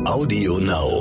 Audio Now.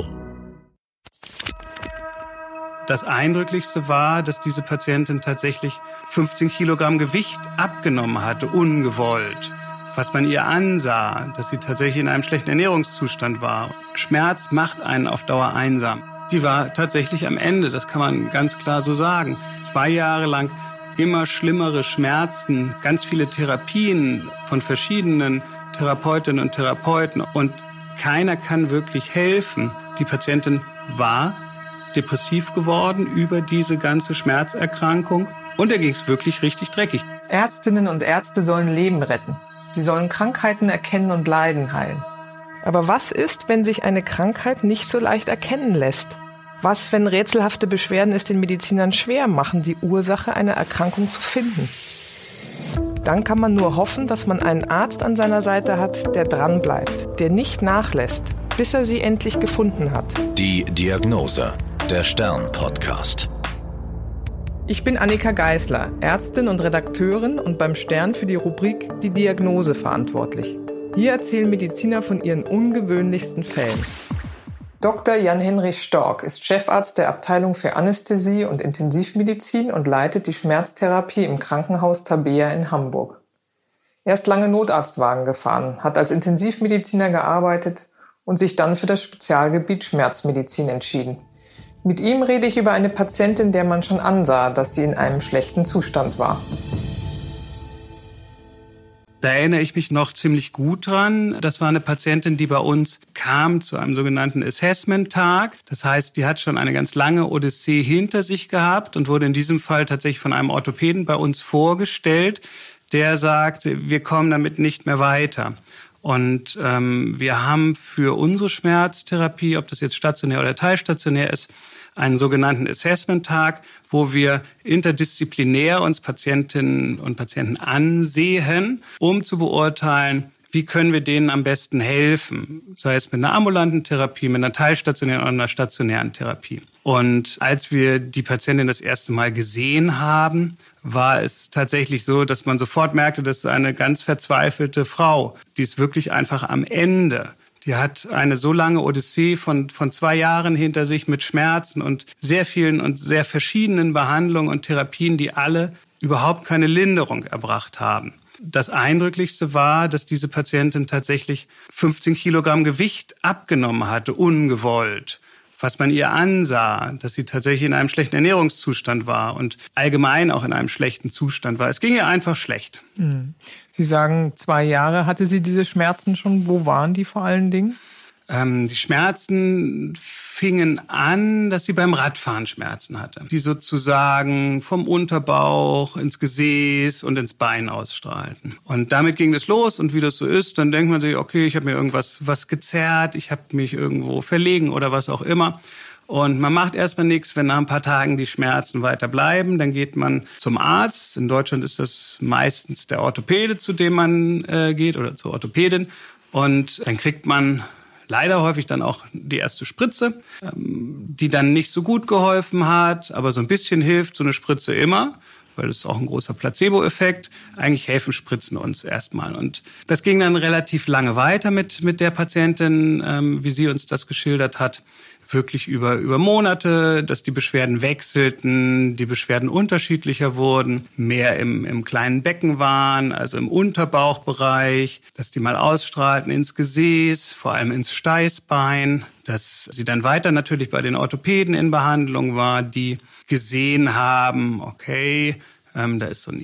Das Eindrücklichste war, dass diese Patientin tatsächlich 15 Kilogramm Gewicht abgenommen hatte, ungewollt. Was man ihr ansah, dass sie tatsächlich in einem schlechten Ernährungszustand war. Schmerz macht einen auf Dauer einsam. Die war tatsächlich am Ende, das kann man ganz klar so sagen. 2 Jahre lang immer schlimmere Schmerzen, ganz viele Therapien von verschiedenen Therapeutinnen und Therapeuten und keiner kann wirklich helfen. Die Patientin war depressiv geworden über diese ganze Schmerzerkrankung und ihr ging es wirklich richtig dreckig. Ärztinnen und Ärzte sollen Leben retten. Sie sollen Krankheiten erkennen und Leiden heilen. Aber was ist, wenn sich eine Krankheit nicht so leicht erkennen lässt? Was, wenn rätselhafte Beschwerden es den Medizinern schwer machen, die Ursache einer Erkrankung zu finden? Dann kann man nur hoffen, dass man einen Arzt an seiner Seite hat, der dranbleibt, der nicht nachlässt, bis er sie endlich gefunden hat. Die Diagnose, der Stern-Podcast. Ich bin Annika Geisler, Ärztin und Redakteurin und beim Stern für die Rubrik Die Diagnose verantwortlich. Hier erzählen Mediziner von ihren ungewöhnlichsten Fällen. Dr. Jan-Henrich Stork ist Chefarzt der Abteilung für Anästhesie und Intensivmedizin und leitet die Schmerztherapie im Krankenhaus Tabea in Hamburg. Er ist lange Notarztwagen gefahren, hat als Intensivmediziner gearbeitet und sich dann für das Spezialgebiet Schmerzmedizin entschieden. Mit ihm rede ich über eine Patientin, der man schon ansah, dass sie in einem schlechten Zustand war. Da erinnere ich mich noch ziemlich gut dran. Das war eine Patientin, die bei uns kam zu einem sogenannten Assessment-Tag. Das heißt, die hat schon eine ganz lange Odyssee hinter sich gehabt und wurde in diesem Fall tatsächlich von einem Orthopäden bei uns vorgestellt, der sagt, wir kommen damit nicht mehr weiter. Und wir haben für unsere Schmerztherapie, ob das jetzt stationär oder teilstationär ist, einen sogenannten Assessment-Tag, wo wir interdisziplinär uns Patientinnen und Patienten ansehen, um zu beurteilen, wie können wir denen am besten helfen, sei es mit einer ambulanten Therapie, mit einer teilstationären oder einer stationären Therapie. Und als wir die Patientin das erste Mal gesehen haben, war es tatsächlich so, dass man sofort merkte, das ist eine ganz verzweifelte Frau. Die ist wirklich einfach am Ende. Die hat eine so lange Odyssee von 2 Jahren hinter sich mit Schmerzen und sehr vielen und sehr verschiedenen Behandlungen und Therapien, die alle überhaupt keine Linderung erbracht haben. Das Eindrücklichste war, dass diese Patientin tatsächlich 15 Kilogramm Gewicht abgenommen hatte, ungewollt. Was man ihr ansah, dass sie tatsächlich in einem schlechten Ernährungszustand war und allgemein auch in einem schlechten Zustand war. Es ging ihr einfach schlecht. Sie sagen, 2 Jahre hatte sie diese Schmerzen schon. Wo waren die vor allen Dingen? Die Schmerzen fingen an, dass sie beim Radfahren Schmerzen hatte, die sozusagen vom Unterbauch ins Gesäß und ins Bein ausstrahlten. Und damit ging es los und wie das so ist, dann denkt man sich, okay, ich habe mir irgendwas gezerrt, ich habe mich irgendwo verlegen oder was auch immer. Und man macht erstmal nichts, wenn nach ein paar Tagen die Schmerzen weiter bleiben, dann geht man zum Arzt. In Deutschland ist das meistens der Orthopäde, zu dem man geht oder zur Orthopädin. Und dann kriegt man leider häufig dann auch die erste Spritze, die dann nicht so gut geholfen hat, aber so ein bisschen hilft so eine Spritze immer, weil das ist auch ein großer Placebo-Effekt. Eigentlich helfen Spritzen uns erstmal. Und das ging dann relativ lange weiter mit der Patientin, wie sie uns das geschildert hat. Wirklich über Monate, dass die Beschwerden wechselten, die Beschwerden unterschiedlicher wurden, mehr im kleinen Becken waren, also im Unterbauchbereich, dass die mal ausstrahlten ins Gesäß, vor allem ins Steißbein, dass sie dann weiter natürlich bei den Orthopäden in Behandlung war, die gesehen haben, okay, da ist so ein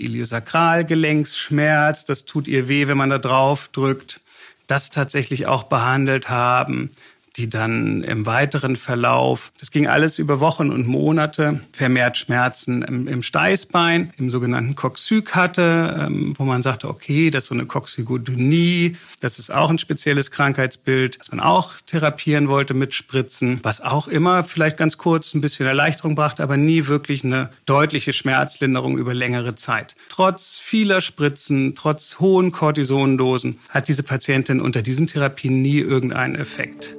Iliosakralgelenksschmerz, das tut ihr weh, wenn man da drauf drückt, das tatsächlich auch behandelt haben, die dann im weiteren Verlauf, das ging alles über Wochen und Monate, vermehrt Schmerzen im Steißbein, im sogenannten Coccyx hatte, wo man sagte, okay, das ist so eine Coccygodynie, das ist auch ein spezielles Krankheitsbild, das man auch therapieren wollte mit Spritzen, was auch immer vielleicht ganz kurz ein bisschen Erleichterung brachte, aber nie wirklich eine deutliche Schmerzlinderung über längere Zeit. Trotz vieler Spritzen, trotz hohen Cortisondosen hat diese Patientin unter diesen Therapien nie irgendeinen Effekt.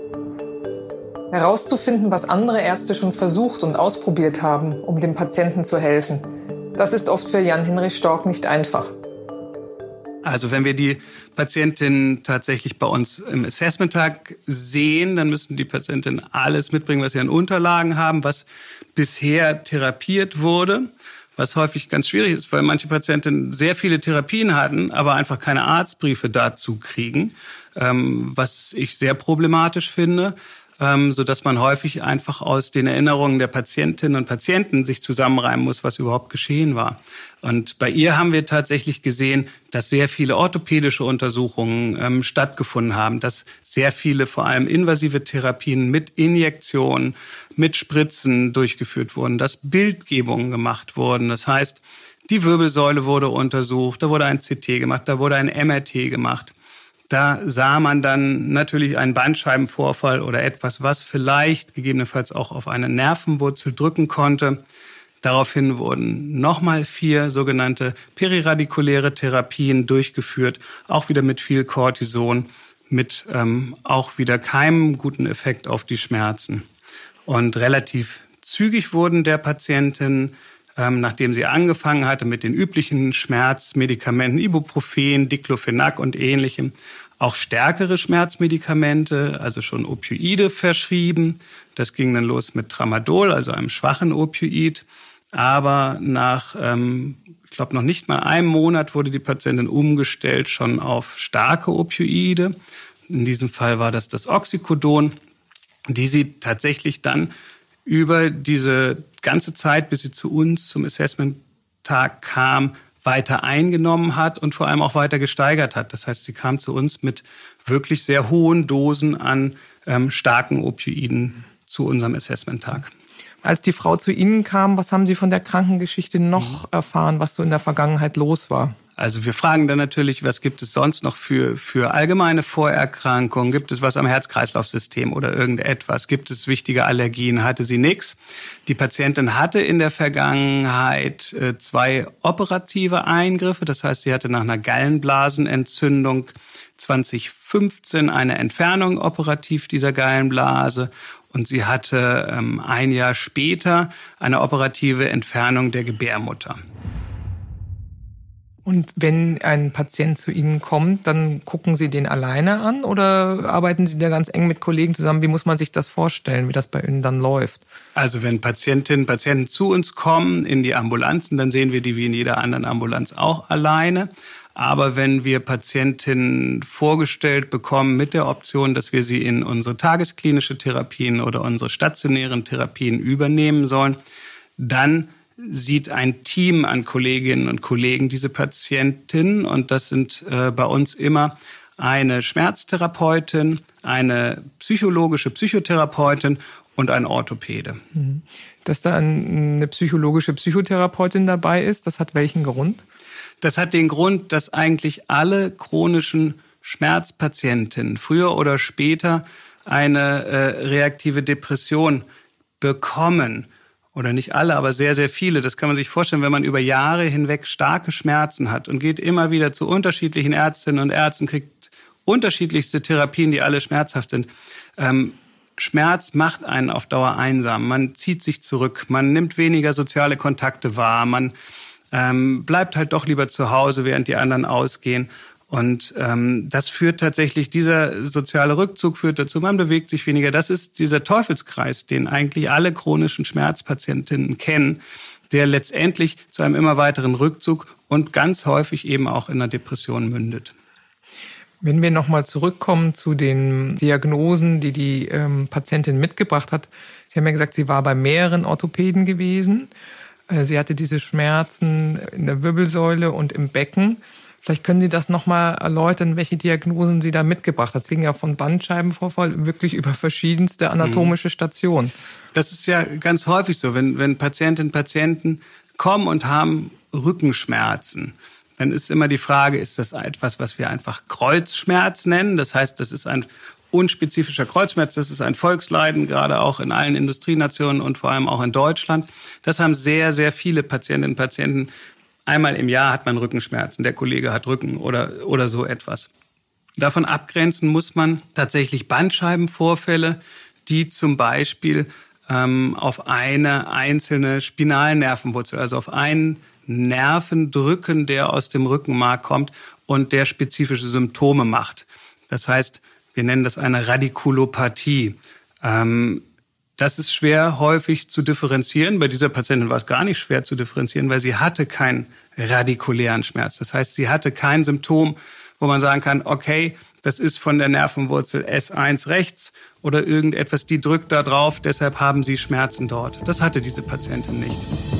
Herauszufinden, was andere Ärzte schon versucht und ausprobiert haben, um dem Patienten zu helfen, das ist oft für Jan-Henrich Stork nicht einfach. Also wenn wir die Patientin tatsächlich bei uns im Assessment-Tag sehen, dann müssen die Patientinnen alles mitbringen, was sie an Unterlagen haben, was bisher therapiert wurde, was häufig ganz schwierig ist, weil manche Patientinnen sehr viele Therapien hatten, aber einfach keine Arztbriefe dazu kriegen, was ich sehr problematisch finde, sodass man häufig einfach aus den Erinnerungen der Patientinnen und Patienten sich zusammenreimen muss, was überhaupt geschehen war. Und bei ihr haben wir tatsächlich gesehen, dass sehr viele orthopädische Untersuchungen stattgefunden haben, dass sehr viele, vor allem invasive Therapien mit Injektionen, mit Spritzen durchgeführt wurden, dass Bildgebungen gemacht wurden. Das heißt, die Wirbelsäule wurde untersucht, da wurde ein CT gemacht, da wurde ein MRT gemacht. Da sah man dann natürlich einen Bandscheibenvorfall oder etwas, was vielleicht gegebenenfalls auch auf eine Nervenwurzel drücken konnte. Daraufhin wurden nochmal 4 sogenannte periradikuläre Therapien durchgeführt, auch wieder mit viel Cortison, mit auch wieder keinem guten Effekt auf die Schmerzen. Und relativ zügig wurden der Patientin, nachdem sie angefangen hatte mit den üblichen Schmerzmedikamenten, Ibuprofen, Diclofenac und Ähnlichem, auch stärkere Schmerzmedikamente, also schon Opioide verschrieben. Das ging dann los mit Tramadol, also einem schwachen Opioid. Aber nach, ich glaube, noch nicht mal einem Monat wurde die Patientin umgestellt schon auf starke Opioide. In diesem Fall war das Oxycodon, die sie tatsächlich dann über diese ganze Zeit, bis sie zu uns zum Assessment-Tag kam, weiter eingenommen hat und vor allem auch weiter gesteigert hat. Das heißt, sie kam zu uns mit wirklich sehr hohen Dosen an starken Opioiden zu unserem Assessment-Tag. Als die Frau zu Ihnen kam, was haben Sie von der Krankengeschichte noch erfahren, was so in der Vergangenheit los war? Also wir fragen dann natürlich, was gibt es sonst noch für allgemeine Vorerkrankungen? Gibt es was am Herz-Kreislauf-System oder irgendetwas? Gibt es wichtige Allergien? Hatte sie nichts. Die Patientin hatte in der Vergangenheit 2 operative Eingriffe. Das heißt, sie hatte nach einer Gallenblasenentzündung 2015 eine Entfernung operativ dieser Gallenblase. Und sie hatte ein Jahr später eine operative Entfernung der Gebärmutter. Und wenn ein Patient zu Ihnen kommt, dann gucken Sie den alleine an oder arbeiten Sie da ganz eng mit Kollegen zusammen? Wie muss man sich das vorstellen, wie das bei Ihnen dann läuft? Also wenn Patientinnen und Patienten zu uns kommen in die Ambulanzen, dann sehen wir die wie in jeder anderen Ambulanz auch alleine. Aber wenn wir Patientinnen vorgestellt bekommen mit der Option, dass wir sie in unsere tagesklinische Therapien oder unsere stationären Therapien übernehmen sollen, dann sieht ein Team an Kolleginnen und Kollegen diese Patientin, und das sind bei uns immer eine Schmerztherapeutin, eine psychologische Psychotherapeutin und ein Orthopäde. Dass da eine psychologische Psychotherapeutin dabei ist, das hat welchen Grund? Das hat den Grund, dass eigentlich alle chronischen Schmerzpatientinnen früher oder später eine reaktive Depression bekommen. Oder nicht alle, aber sehr, sehr viele. Das kann man sich vorstellen, wenn man über Jahre hinweg starke Schmerzen hat und geht immer wieder zu unterschiedlichen Ärztinnen und Ärzten, kriegt unterschiedlichste Therapien, die alle schmerzhaft sind. Schmerz macht einen auf Dauer einsam. Man zieht sich zurück, man nimmt weniger soziale Kontakte wahr, man bleibt halt doch lieber zu Hause, während die anderen ausgehen. Und das führt tatsächlich, dieser soziale Rückzug führt dazu, man bewegt sich weniger. Das ist dieser Teufelskreis, den eigentlich alle chronischen Schmerzpatientinnen kennen, der letztendlich zu einem immer weiteren Rückzug und ganz häufig eben auch in einer Depression mündet. Wenn wir nochmal zurückkommen zu den Diagnosen, die Patientin mitgebracht hat. Sie haben ja gesagt, sie war bei mehreren Orthopäden gewesen. Sie hatte diese Schmerzen in der Wirbelsäule und im Becken. Vielleicht können Sie das nochmal erläutern, welche Diagnosen Sie da mitgebracht hat. Es ging ja von Bandscheibenvorfall wirklich über verschiedenste anatomische Stationen. Das ist ja ganz häufig so, wenn Patientinnen und Patienten kommen und haben Rückenschmerzen, dann ist immer die Frage, ist das etwas, was wir einfach Kreuzschmerz nennen? Das heißt, das ist ein unspezifischer Kreuzschmerz, das ist ein Volksleiden, gerade auch in allen Industrienationen und vor allem auch in Deutschland. Das haben sehr, sehr viele Patientinnen und Patienten. Einmal im Jahr hat man Rückenschmerzen, der Kollege hat Rücken oder so etwas. Davon abgrenzen muss man tatsächlich Bandscheibenvorfälle, die zum Beispiel auf eine einzelne Spinalnervenwurzel, also auf einen Nerven drücken, der aus dem Rückenmark kommt und der spezifische Symptome macht. Das heißt, wir nennen das eine Radikulopathie. Das ist schwer häufig zu differenzieren. Bei dieser Patientin war es gar nicht schwer zu differenzieren, weil sie hatte keinen radikulären Schmerz. Das heißt, sie hatte kein Symptom, wo man sagen kann, okay, das ist von der Nervenwurzel S1 rechts oder irgendetwas, die drückt da drauf, deshalb haben Sie Schmerzen dort. Das hatte diese Patientin nicht.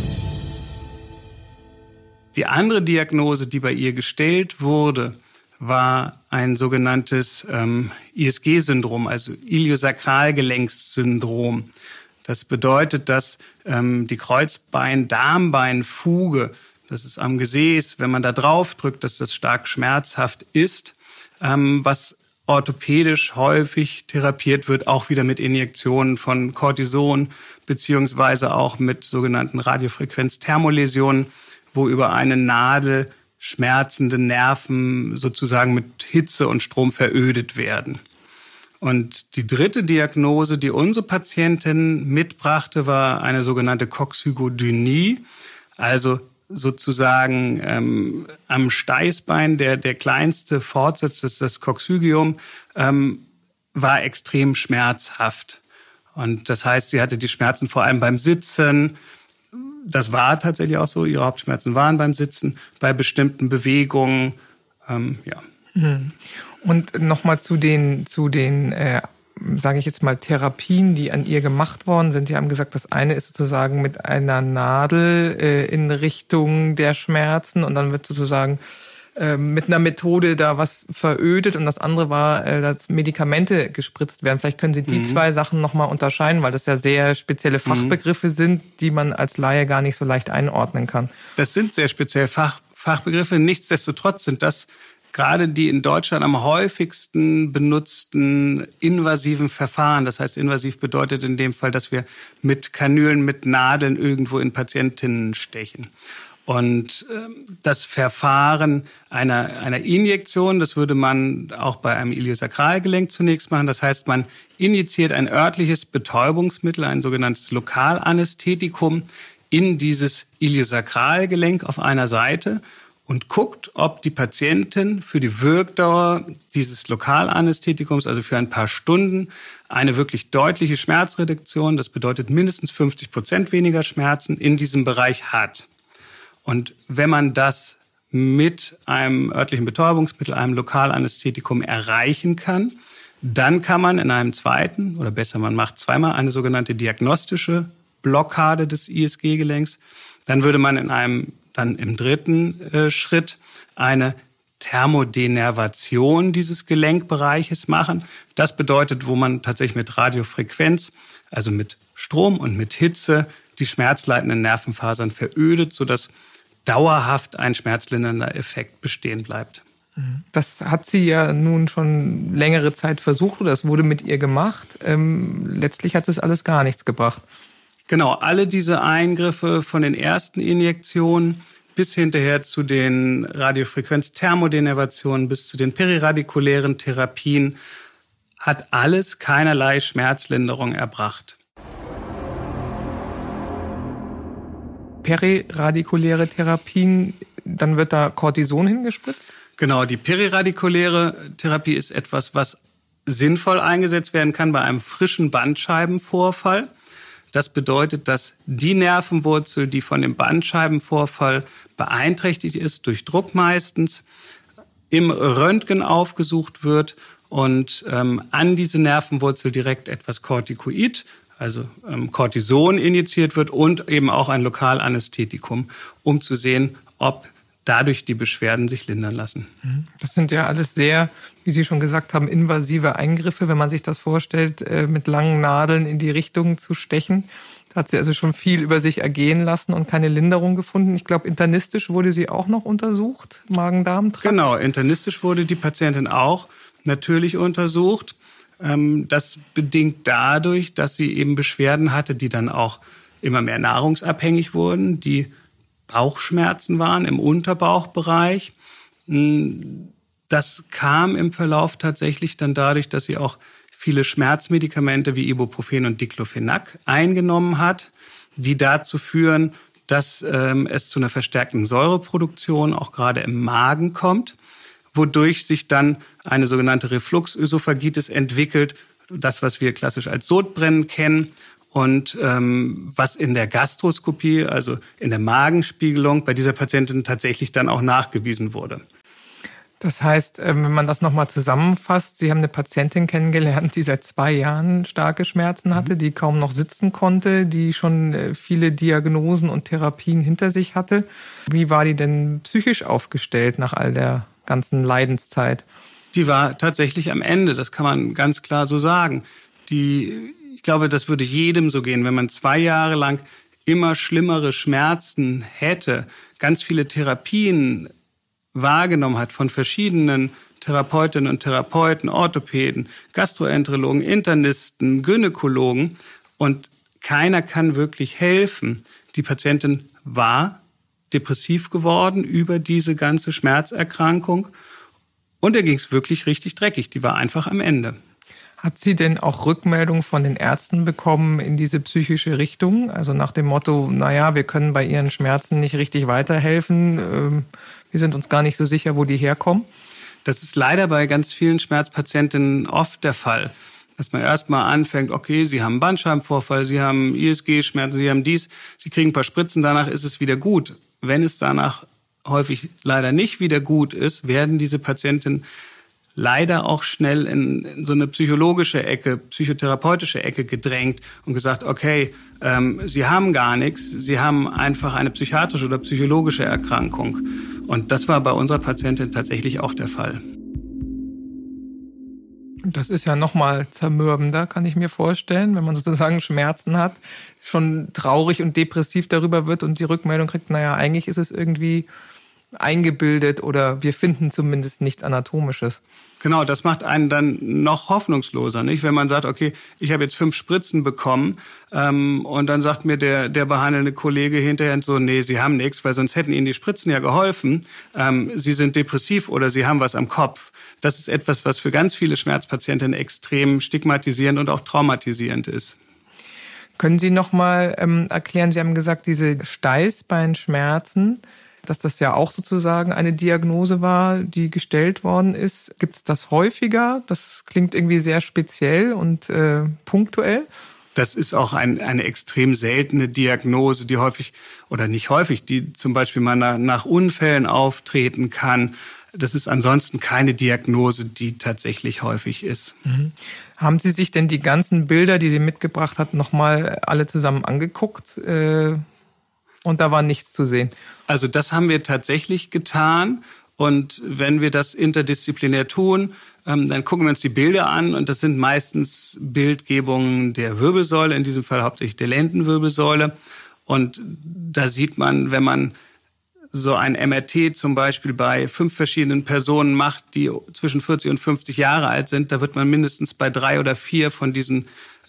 Die andere Diagnose, die bei ihr gestellt wurde, war ein sogenanntes ISG-Syndrom, also Iliosakralgelenkssyndrom. Das bedeutet, dass die Kreuzbein-Darmbeinfuge, das ist am Gesäß, wenn man da drauf drückt, dass das stark schmerzhaft ist, was orthopädisch häufig therapiert wird, auch wieder mit Injektionen von Cortison beziehungsweise auch mit sogenannten Radiofrequenz-Thermoläsionen, wo über eine Nadel schmerzende Nerven sozusagen mit Hitze und Strom verödet werden. Und die dritte Diagnose, die unsere Patientin mitbrachte, war eine sogenannte Coxygodynie, also sozusagen am Steißbein, der kleinste Fortsatz, das Coxygium, war extrem schmerzhaft. Und das heißt, sie hatte die Schmerzen vor allem beim Sitzen. Das war tatsächlich auch so. Ihre Hauptschmerzen waren beim Sitzen, bei bestimmten Bewegungen. Ja. Und nochmal zu den sage ich jetzt mal, Therapien, die an ihr gemacht worden sind. Sie haben gesagt, das eine ist sozusagen mit einer Nadel in Richtung der Schmerzen und dann wird sozusagen mit einer Methode da was verödet und das andere war, dass Medikamente gespritzt werden. Vielleicht können Sie die zwei Sachen nochmal unterscheiden, weil das ja sehr spezielle Fachbegriffe sind, die man als Laie gar nicht so leicht einordnen kann. Das sind sehr spezielle Fachbegriffe. Nichtsdestotrotz sind das gerade die in Deutschland am häufigsten benutzten invasiven Verfahren. Das heißt, invasiv bedeutet in dem Fall, dass wir mit Kanülen, mit Nadeln irgendwo in Patientinnen stechen. Und das Verfahren einer Injektion, das würde man auch bei einem Iliosakralgelenk zunächst machen. Das heißt, man injiziert ein örtliches Betäubungsmittel, ein sogenanntes Lokalanästhetikum, in dieses Iliosakralgelenk auf einer Seite und guckt, ob die Patientin für die Wirkdauer dieses Lokalanästhetikums, also für ein paar Stunden, eine wirklich deutliche Schmerzreduktion, das bedeutet mindestens 50% weniger Schmerzen, in diesem Bereich hat. Und wenn man das mit einem örtlichen Betäubungsmittel, einem Lokalanästhetikum erreichen kann, dann kann man in einem zweiten, oder besser man macht zweimal, eine sogenannte diagnostische Blockade des ISG-Gelenks. Dann würde man dann im dritten Schritt eine Thermodenervation dieses Gelenkbereiches machen. Das bedeutet, wo man tatsächlich mit Radiofrequenz, also mit Strom und mit Hitze, die schmerzleitenden Nervenfasern verödet, sodass dauerhaft ein schmerzlindernder Effekt bestehen bleibt. Das hat sie ja nun schon längere Zeit versucht oder es wurde mit ihr gemacht. Letztlich hat es alles gar nichts gebracht. Genau, alle diese Eingriffe von den ersten Injektionen bis hinterher zu den Radiofrequenz-Thermodenervationen bis zu den periradikulären Therapien hat alles keinerlei Schmerzlinderung erbracht. Periradikuläre Therapien, dann wird da Cortison hingespritzt? Genau, die periradikuläre Therapie ist etwas, was sinnvoll eingesetzt werden kann bei einem frischen Bandscheibenvorfall. Das bedeutet, dass die Nervenwurzel, die von dem Bandscheibenvorfall beeinträchtigt ist, durch Druck meistens, im Röntgen aufgesucht wird und an diese Nervenwurzel direkt etwas Corticoid, also Cortison injiziert wird und eben auch ein Lokalanästhetikum, um zu sehen, ob dadurch die Beschwerden sich lindern lassen. Das sind ja alles sehr, wie Sie schon gesagt haben, invasive Eingriffe, wenn man sich das vorstellt, mit langen Nadeln in die Richtung zu stechen. Da hat sie also schon viel über sich ergehen lassen und keine Linderung gefunden. Ich glaube, internistisch wurde sie auch noch untersucht, Magen-Darm-Trakt. Genau, internistisch wurde die Patientin auch natürlich untersucht. Das bedingt dadurch, dass sie eben Beschwerden hatte, die dann auch immer mehr nahrungsabhängig wurden, die Bauchschmerzen waren im Unterbauchbereich. Das kam im Verlauf tatsächlich dann dadurch, dass sie auch viele Schmerzmedikamente wie Ibuprofen und Diclofenac eingenommen hat, die dazu führen, dass es zu einer verstärkten Säureproduktion auch gerade im Magen kommt. wodurch sich dann eine sogenannte Refluxösophagitis entwickelt, das, was wir klassisch als Sodbrennen kennen und was in der Gastroskopie, also in der Magenspiegelung, bei dieser Patientin tatsächlich dann auch nachgewiesen wurde. Das heißt, wenn man das nochmal zusammenfasst, Sie haben eine Patientin kennengelernt, die seit 2 Jahren starke Schmerzen hatte, die kaum noch sitzen konnte, die schon viele Diagnosen und Therapien hinter sich hatte. Wie war die denn psychisch aufgestellt nach all der ganzen Leidenszeit? Die war tatsächlich am Ende, das kann man ganz klar so sagen. Ich glaube, das würde jedem so gehen, wenn man 2 Jahre lang immer schlimmere Schmerzen hätte, ganz viele Therapien wahrgenommen hat von verschiedenen Therapeutinnen und Therapeuten, Orthopäden, Gastroenterologen, Internisten, Gynäkologen und keiner kann wirklich helfen. Die Patientin war depressiv geworden über diese ganze Schmerzerkrankung und ihr ging es wirklich richtig dreckig. Die war einfach am Ende. Hat sie denn auch Rückmeldungen von den Ärzten bekommen in diese psychische Richtung? Also nach dem Motto, naja, wir können bei ihren Schmerzen nicht richtig weiterhelfen. Wir sind uns gar nicht so sicher, wo die herkommen. Das ist leider bei ganz vielen Schmerzpatientinnen oft der Fall. Dass man erstmal anfängt, okay, sie haben Bandscheibenvorfall, sie haben ISG-Schmerzen, sie haben dies, sie kriegen ein paar Spritzen, danach ist es wieder gut. Wenn es danach häufig leider nicht wieder gut ist, werden diese Patientinnen leider auch schnell in so eine psychologische Ecke, psychotherapeutische Ecke gedrängt und gesagt, okay, Sie haben gar nichts, Sie haben einfach eine psychiatrische oder psychologische Erkrankung. Und das war bei unserer Patientin tatsächlich auch der Fall. Das ist ja nochmal zermürbender, kann ich mir vorstellen, wenn man sozusagen Schmerzen hat, schon traurig und depressiv darüber wird und die Rückmeldung kriegt, naja, eigentlich ist es irgendwie eingebildet oder wir finden zumindest nichts Anatomisches. Genau, das macht einen dann noch hoffnungsloser, nicht? Wenn man sagt, okay, ich habe jetzt 5 Spritzen bekommen und dann sagt mir der behandelnde Kollege hinterher so, nee, Sie haben nichts, weil sonst hätten Ihnen die Spritzen ja geholfen. Sie sind depressiv oder Sie haben was am Kopf. Das ist etwas, was für ganz viele Schmerzpatientinnen extrem stigmatisierend und auch traumatisierend ist. Können Sie noch mal erklären, Sie haben gesagt, diese Steißbeinschmerzen, dass das ja auch sozusagen eine Diagnose war, die gestellt worden ist. Gibt es das häufiger? Das klingt irgendwie sehr speziell und punktuell. Das ist auch eine extrem seltene Diagnose, die häufig oder nicht häufig, die zum Beispiel mal nach Unfällen auftreten kann. Das ist ansonsten keine Diagnose, die tatsächlich häufig ist. Mhm. Haben Sie sich denn die ganzen Bilder, die Sie mitgebracht hat, nochmal alle zusammen angeguckt? Und da war nichts zu sehen? Also das haben wir tatsächlich getan. Und wenn wir das interdisziplinär tun, dann gucken wir uns die Bilder an. Und das sind meistens Bildgebungen der Wirbelsäule, in diesem Fall hauptsächlich der Lendenwirbelsäule. Und da sieht man, wenn man so ein MRT zum Beispiel bei 5 verschiedenen Personen macht, die zwischen 40 und 50 Jahre alt sind, da wird man mindestens bei 3 oder 4 von diesen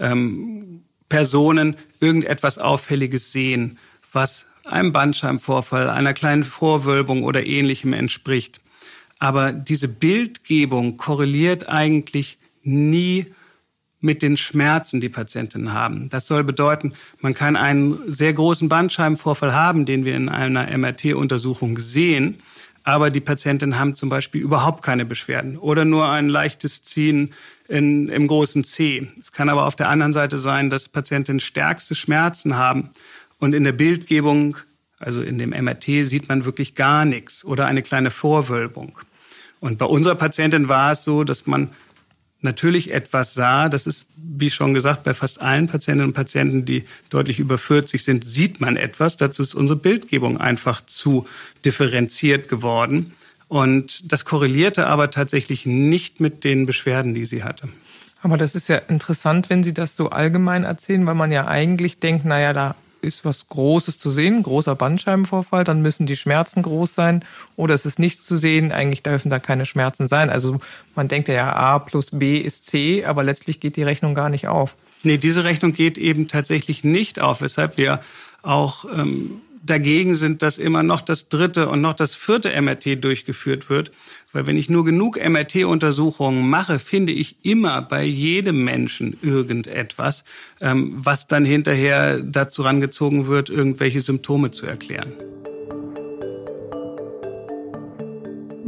Personen irgendetwas Auffälliges sehen, was einem Bandscheibenvorfall, einer kleinen Vorwölbung oder Ähnlichem entspricht. Aber diese Bildgebung korreliert eigentlich nie mit den Schmerzen, die Patientinnen haben. Das soll bedeuten, man kann einen sehr großen Bandscheibenvorfall haben, den wir in einer MRT-Untersuchung sehen, aber die Patientinnen haben zum Beispiel überhaupt keine Beschwerden oder nur ein leichtes Ziehen im großen Zeh. Es kann aber auf der anderen Seite sein, dass Patientinnen stärkste Schmerzen haben und in der Bildgebung, also in dem MRT, sieht man wirklich gar nichts oder eine kleine Vorwölbung. Und bei unserer Patientin war es so, dass man natürlich etwas sah. Das ist, wie schon gesagt, bei fast allen Patientinnen und Patienten, die deutlich über 40 sind, sieht man etwas. Dazu ist unsere Bildgebung einfach zu differenziert geworden. Und das korrelierte aber tatsächlich nicht mit den Beschwerden, die sie hatte. Aber das ist ja interessant, wenn Sie das so allgemein erzählen, weil man ja eigentlich denkt, naja, da ist was Großes zu sehen, großer Bandscheibenvorfall, dann müssen die Schmerzen groß sein oder es ist nichts zu sehen, eigentlich dürfen da keine Schmerzen sein. Also man denkt ja, A plus B ist C, aber letztlich geht die Rechnung gar nicht auf. Nee, diese Rechnung geht eben tatsächlich nicht auf, weshalb wir auch dagegen sind, dass immer noch das 3. und noch das 4. MRT durchgeführt wird. Weil wenn ich nur genug MRT-Untersuchungen mache, finde ich immer bei jedem Menschen irgendetwas, was dann hinterher dazu rangezogen wird, irgendwelche Symptome zu erklären.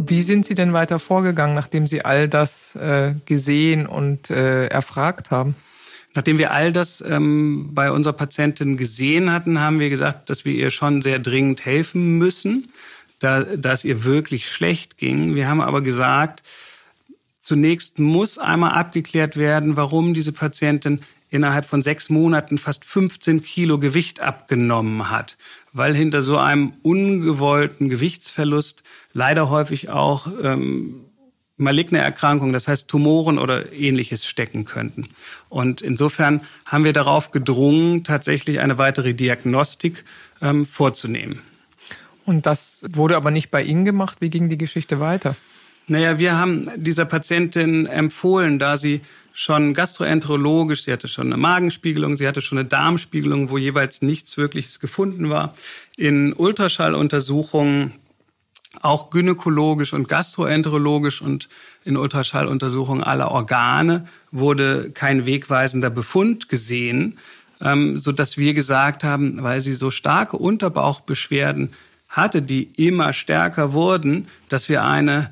Wie sind Sie denn weiter vorgegangen, nachdem Sie all das gesehen und erfragt haben? Nachdem wir all das bei unserer Patientin gesehen hatten, haben wir gesagt, dass wir ihr schon sehr dringend helfen müssen, da es ihr wirklich schlecht ging. Wir haben aber gesagt, zunächst muss einmal abgeklärt werden, warum diese Patientin innerhalb von 6 Monaten fast 15 Kilo Gewicht abgenommen hat, weil hinter so einem ungewollten Gewichtsverlust leider häufig auch maligne Erkrankungen, das heißt Tumoren oder Ähnliches stecken könnten. Und insofern haben wir darauf gedrungen, tatsächlich eine weitere Diagnostik vorzunehmen. Und das wurde aber nicht bei Ihnen gemacht. Wie ging die Geschichte weiter? Naja, wir haben dieser Patientin empfohlen, da sie schon gastroenterologisch, sie hatte schon eine Magenspiegelung, sie hatte schon eine Darmspiegelung, wo jeweils nichts Wirkliches gefunden war, in Ultraschalluntersuchungen, auch gynäkologisch und gastroenterologisch und in Ultraschalluntersuchungen aller Organe wurde kein wegweisender Befund gesehen, sodass wir gesagt haben, weil sie so starke Unterbauchbeschwerden hatte, die immer stärker wurden, dass wir eine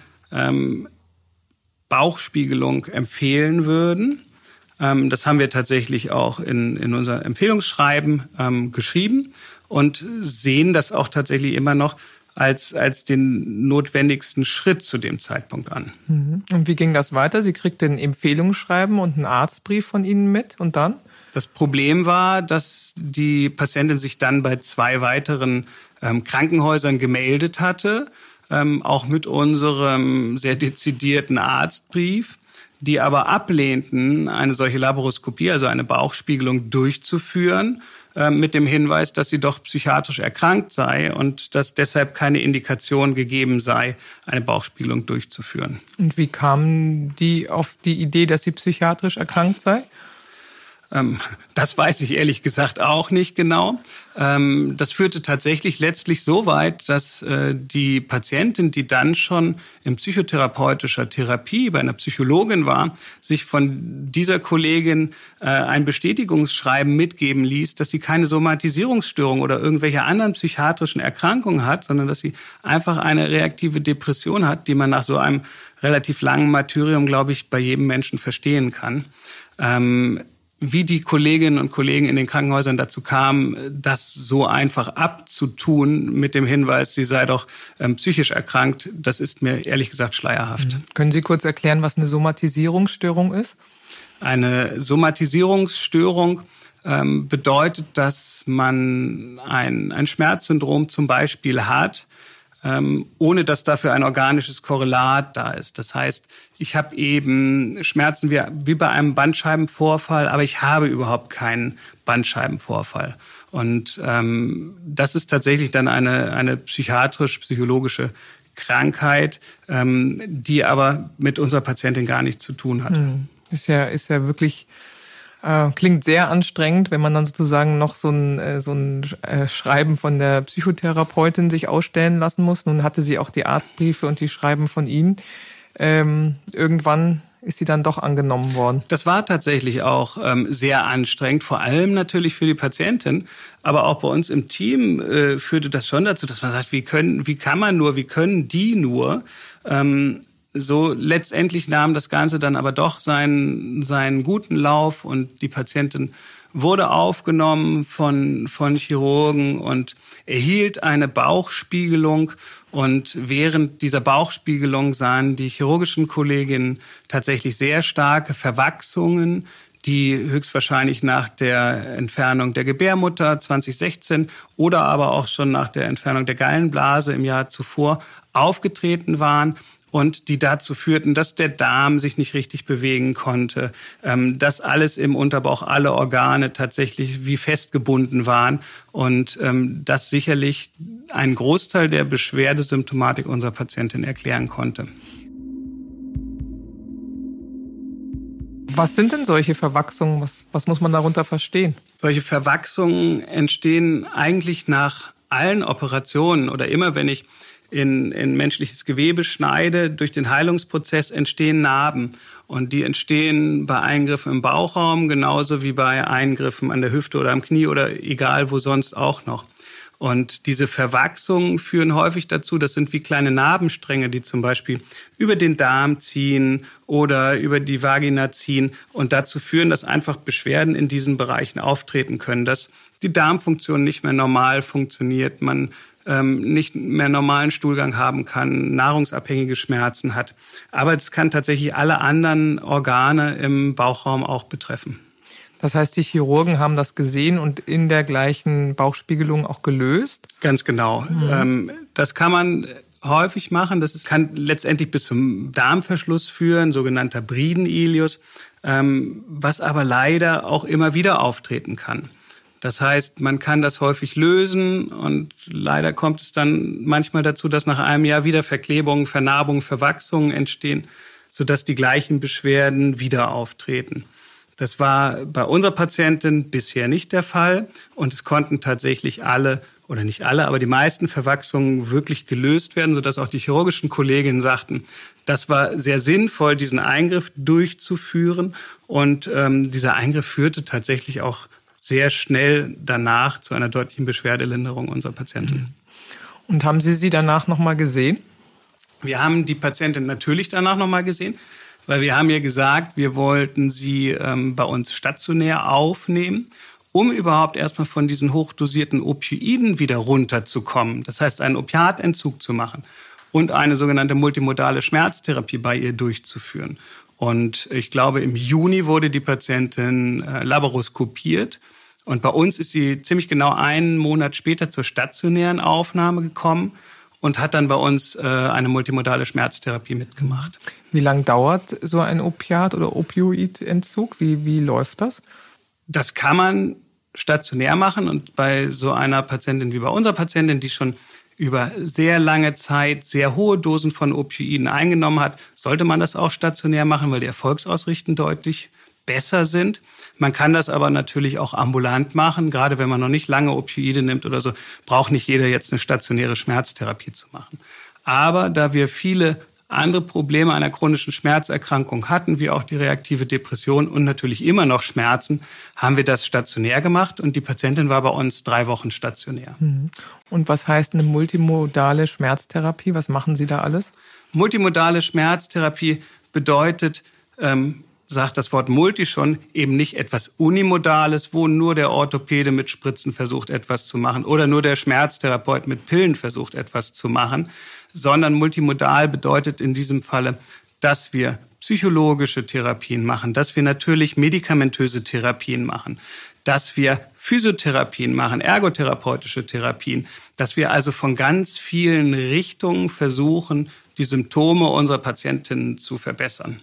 Bauchspiegelung empfehlen würden. Das haben wir tatsächlich auch in unser Empfehlungsschreiben geschrieben und sehen das auch tatsächlich immer noch als den notwendigsten Schritt zu dem Zeitpunkt an. Und wie ging das weiter? Sie kriegte ein Empfehlungsschreiben und einen Arztbrief von Ihnen mit und dann? Das Problem war, dass die Patientin sich dann bei 2 weiteren Krankenhäusern gemeldet hatte, auch mit unserem sehr dezidierten Arztbrief, die aber ablehnten, eine solche Laparoskopie, also eine Bauchspiegelung durchzuführen, mit dem Hinweis, dass sie doch psychiatrisch erkrankt sei und dass deshalb keine Indikation gegeben sei, eine Bauchspiegelung durchzuführen. Und wie kamen die auf die Idee, dass sie psychiatrisch erkrankt sei? Das weiß ich ehrlich gesagt auch nicht genau. Das führte tatsächlich letztlich so weit, dass die Patientin, die dann schon in psychotherapeutischer Therapie bei einer Psychologin war, sich von dieser Kollegin ein Bestätigungsschreiben mitgeben ließ, dass sie keine Somatisierungsstörung oder irgendwelche anderen psychiatrischen Erkrankungen hat, sondern dass sie einfach eine reaktive Depression hat, die man nach so einem relativ langen Martyrium, glaube ich, bei jedem Menschen verstehen kann. Wie die Kolleginnen und Kollegen in den Krankenhäusern dazu kamen, das so einfach abzutun mit dem Hinweis, sie sei doch psychisch erkrankt, das ist mir ehrlich gesagt schleierhaft. Können Sie kurz erklären, was eine Somatisierungsstörung ist? Eine Somatisierungsstörung bedeutet, dass man ein Schmerzsyndrom zum Beispiel hat, ohne dass dafür ein organisches Korrelat da ist. Das heißt, ich habe eben Schmerzen wie bei einem Bandscheibenvorfall, aber ich habe überhaupt keinen Bandscheibenvorfall. Und das ist tatsächlich dann eine psychiatrisch-psychologische Krankheit, die aber mit unserer Patientin gar nichts zu tun hat. Ist ja wirklich klingt sehr anstrengend, wenn man dann sozusagen noch so ein Schreiben von der Psychotherapeutin sich ausstellen lassen muss. Nun hatte sie auch die Arztbriefe und die Schreiben von Ihnen. Irgendwann ist sie dann doch angenommen worden. Das war tatsächlich auch sehr anstrengend, vor allem natürlich für die Patientin. Aber auch bei uns im Team führte das schon dazu, dass man sagt, wie können die nur? So letztendlich nahm das Ganze dann aber doch seinen guten Lauf und die Patientin wurde aufgenommen von Chirurgen und erhielt eine Bauchspiegelung. Und während dieser Bauchspiegelung sahen die chirurgischen Kolleginnen tatsächlich sehr starke Verwachsungen, die höchstwahrscheinlich nach der Entfernung der Gebärmutter 2016 oder aber auch schon nach der Entfernung der Gallenblase im Jahr zuvor aufgetreten waren. Und die dazu führten, dass der Darm sich nicht richtig bewegen konnte, dass alles im Unterbauch, alle Organe tatsächlich wie festgebunden waren und das sicherlich einen Großteil der Beschwerdesymptomatik unserer Patientin erklären konnte. Was sind denn solche Verwachsungen? Was muss man darunter verstehen? Solche Verwachsungen entstehen eigentlich nach allen Operationen oder immer, wenn ich in menschliches Gewebe schneide, durch den Heilungsprozess entstehen Narben. Und die entstehen bei Eingriffen im Bauchraum, genauso wie bei Eingriffen an der Hüfte oder am Knie oder egal wo sonst auch noch. Und diese Verwachsungen führen häufig dazu, das sind wie kleine Narbenstränge, die zum Beispiel über den Darm ziehen oder über die Vagina ziehen und dazu führen, dass einfach Beschwerden in diesen Bereichen auftreten können, dass die Darmfunktion nicht mehr normal funktioniert, man nicht mehr normalen Stuhlgang haben kann, nahrungsabhängige Schmerzen hat. Aber es kann tatsächlich alle anderen Organe im Bauchraum auch betreffen. Das heißt, die Chirurgen haben das gesehen und in der gleichen Bauchspiegelung auch gelöst? Ganz genau. Das kann man häufig machen. Das kann letztendlich bis zum Darmverschluss führen, sogenannter Briden-Ileus, was aber leider auch immer wieder auftreten kann. Das heißt, man kann das häufig lösen und leider kommt es dann manchmal dazu, dass nach einem Jahr wieder Verklebungen, Vernarbungen, Verwachsungen entstehen, sodass die gleichen Beschwerden wieder auftreten. Das war bei unserer Patientin bisher nicht der Fall und es konnten tatsächlich alle, oder nicht alle, aber die meisten Verwachsungen wirklich gelöst werden, sodass auch die chirurgischen Kolleginnen sagten, das war sehr sinnvoll, diesen Eingriff durchzuführen und dieser Eingriff führte tatsächlich auch sehr schnell danach zu einer deutlichen Beschwerdelinderung unserer Patientin. Und haben Sie sie danach nochmal gesehen? Wir haben die Patientin natürlich danach nochmal gesehen, weil wir haben ja gesagt, wir wollten sie bei uns stationär aufnehmen, um überhaupt erstmal von diesen hochdosierten Opioiden wieder runterzukommen. Das heißt, einen Opiatentzug zu machen und eine sogenannte multimodale Schmerztherapie bei ihr durchzuführen. Und ich glaube, im Juni wurde die Patientin laparoskopiert. Und bei uns ist sie ziemlich genau einen Monat später zur stationären Aufnahme gekommen und hat dann bei uns eine multimodale Schmerztherapie mitgemacht. Wie lange dauert so ein Opiat- oder Opioidentzug? Wie läuft das? Das kann man stationär machen und bei so einer Patientin wie bei unserer Patientin, die schon über sehr lange Zeit sehr hohe Dosen von Opioiden eingenommen hat, sollte man das auch stationär machen, weil die Erfolgsaussichten deutlich besser sind. Man kann das aber natürlich auch ambulant machen. Gerade wenn man noch nicht lange Opioide nimmt oder so, braucht nicht jeder jetzt eine stationäre Schmerztherapie zu machen. Aber da wir viele andere Probleme einer chronischen Schmerzerkrankung hatten, wie auch die reaktive Depression und natürlich immer noch Schmerzen, haben wir das stationär gemacht und die Patientin war bei uns 3 Wochen stationär. Und was heißt eine multimodale Schmerztherapie? Was machen Sie da alles? Multimodale Schmerztherapie bedeutet, sagt das Wort Multi schon, eben nicht etwas Unimodales, wo nur der Orthopäde mit Spritzen versucht, etwas zu machen oder nur der Schmerztherapeut mit Pillen versucht, etwas zu machen, sondern multimodal bedeutet in diesem Falle, dass wir psychologische Therapien machen, dass wir natürlich medikamentöse Therapien machen, dass wir Physiotherapien machen, ergotherapeutische Therapien, dass wir also von ganz vielen Richtungen versuchen, die Symptome unserer Patientinnen zu verbessern.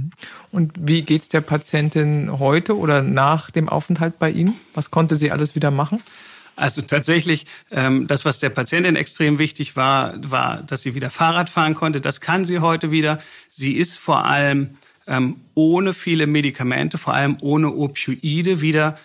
Und wie geht's der Patientin heute oder nach dem Aufenthalt bei Ihnen? Was konnte sie alles wieder machen? Also tatsächlich, das, was der Patientin extrem wichtig war, dass sie wieder Fahrrad fahren konnte. Das kann sie heute wieder. Sie ist vor allem ohne viele Medikamente, vor allem ohne Opioide wieder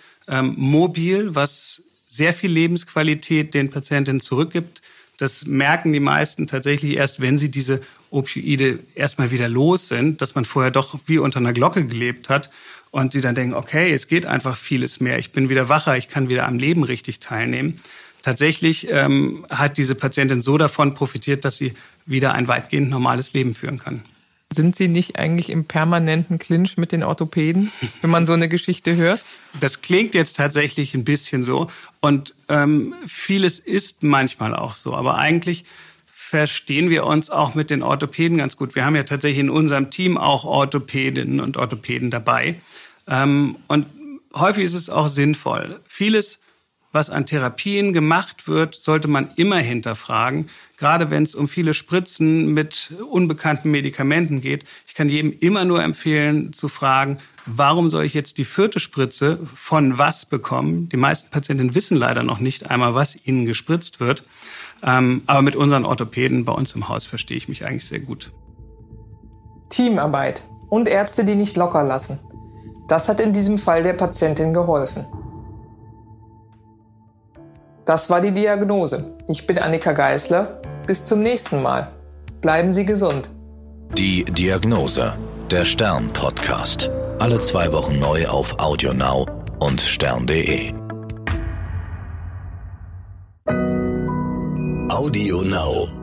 mobil, was sehr viel Lebensqualität den Patientinnen zurückgibt. Das merken die meisten tatsächlich erst, wenn sie diese Opioide erstmal wieder los sind, dass man vorher doch wie unter einer Glocke gelebt hat und sie dann denken, okay, es geht einfach vieles mehr, ich bin wieder wacher, ich kann wieder am Leben richtig teilnehmen. Tatsächlich hat diese Patientin so davon profitiert, dass sie wieder ein weitgehend normales Leben führen kann. Sind Sie nicht eigentlich im permanenten Clinch mit den Orthopäden, wenn man so eine Geschichte hört? Das klingt jetzt tatsächlich ein bisschen so und vieles ist manchmal auch so, aber eigentlich verstehen wir uns auch mit den Orthopäden ganz gut. Wir haben ja tatsächlich in unserem Team auch Orthopädinnen und Orthopäden dabei. Und häufig ist es auch sinnvoll. Vieles, was an Therapien gemacht wird, sollte man immer hinterfragen. Gerade wenn es um viele Spritzen mit unbekannten Medikamenten geht. Ich kann jedem immer nur empfehlen zu fragen, warum soll ich jetzt die 4. Spritze von was bekommen? Die meisten Patienten wissen leider noch nicht einmal, was ihnen gespritzt wird. Aber mit unseren Orthopäden bei uns im Haus verstehe ich mich eigentlich sehr gut. Teamarbeit und Ärzte, die nicht locker lassen. Das hat in diesem Fall der Patientin geholfen. Das war die Diagnose. Ich bin Annika Geisler. Bis zum nächsten Mal. Bleiben Sie gesund. Die Diagnose, der Stern-Podcast. Alle 2 Wochen neu auf AudioNow und stern.de. Audio Now.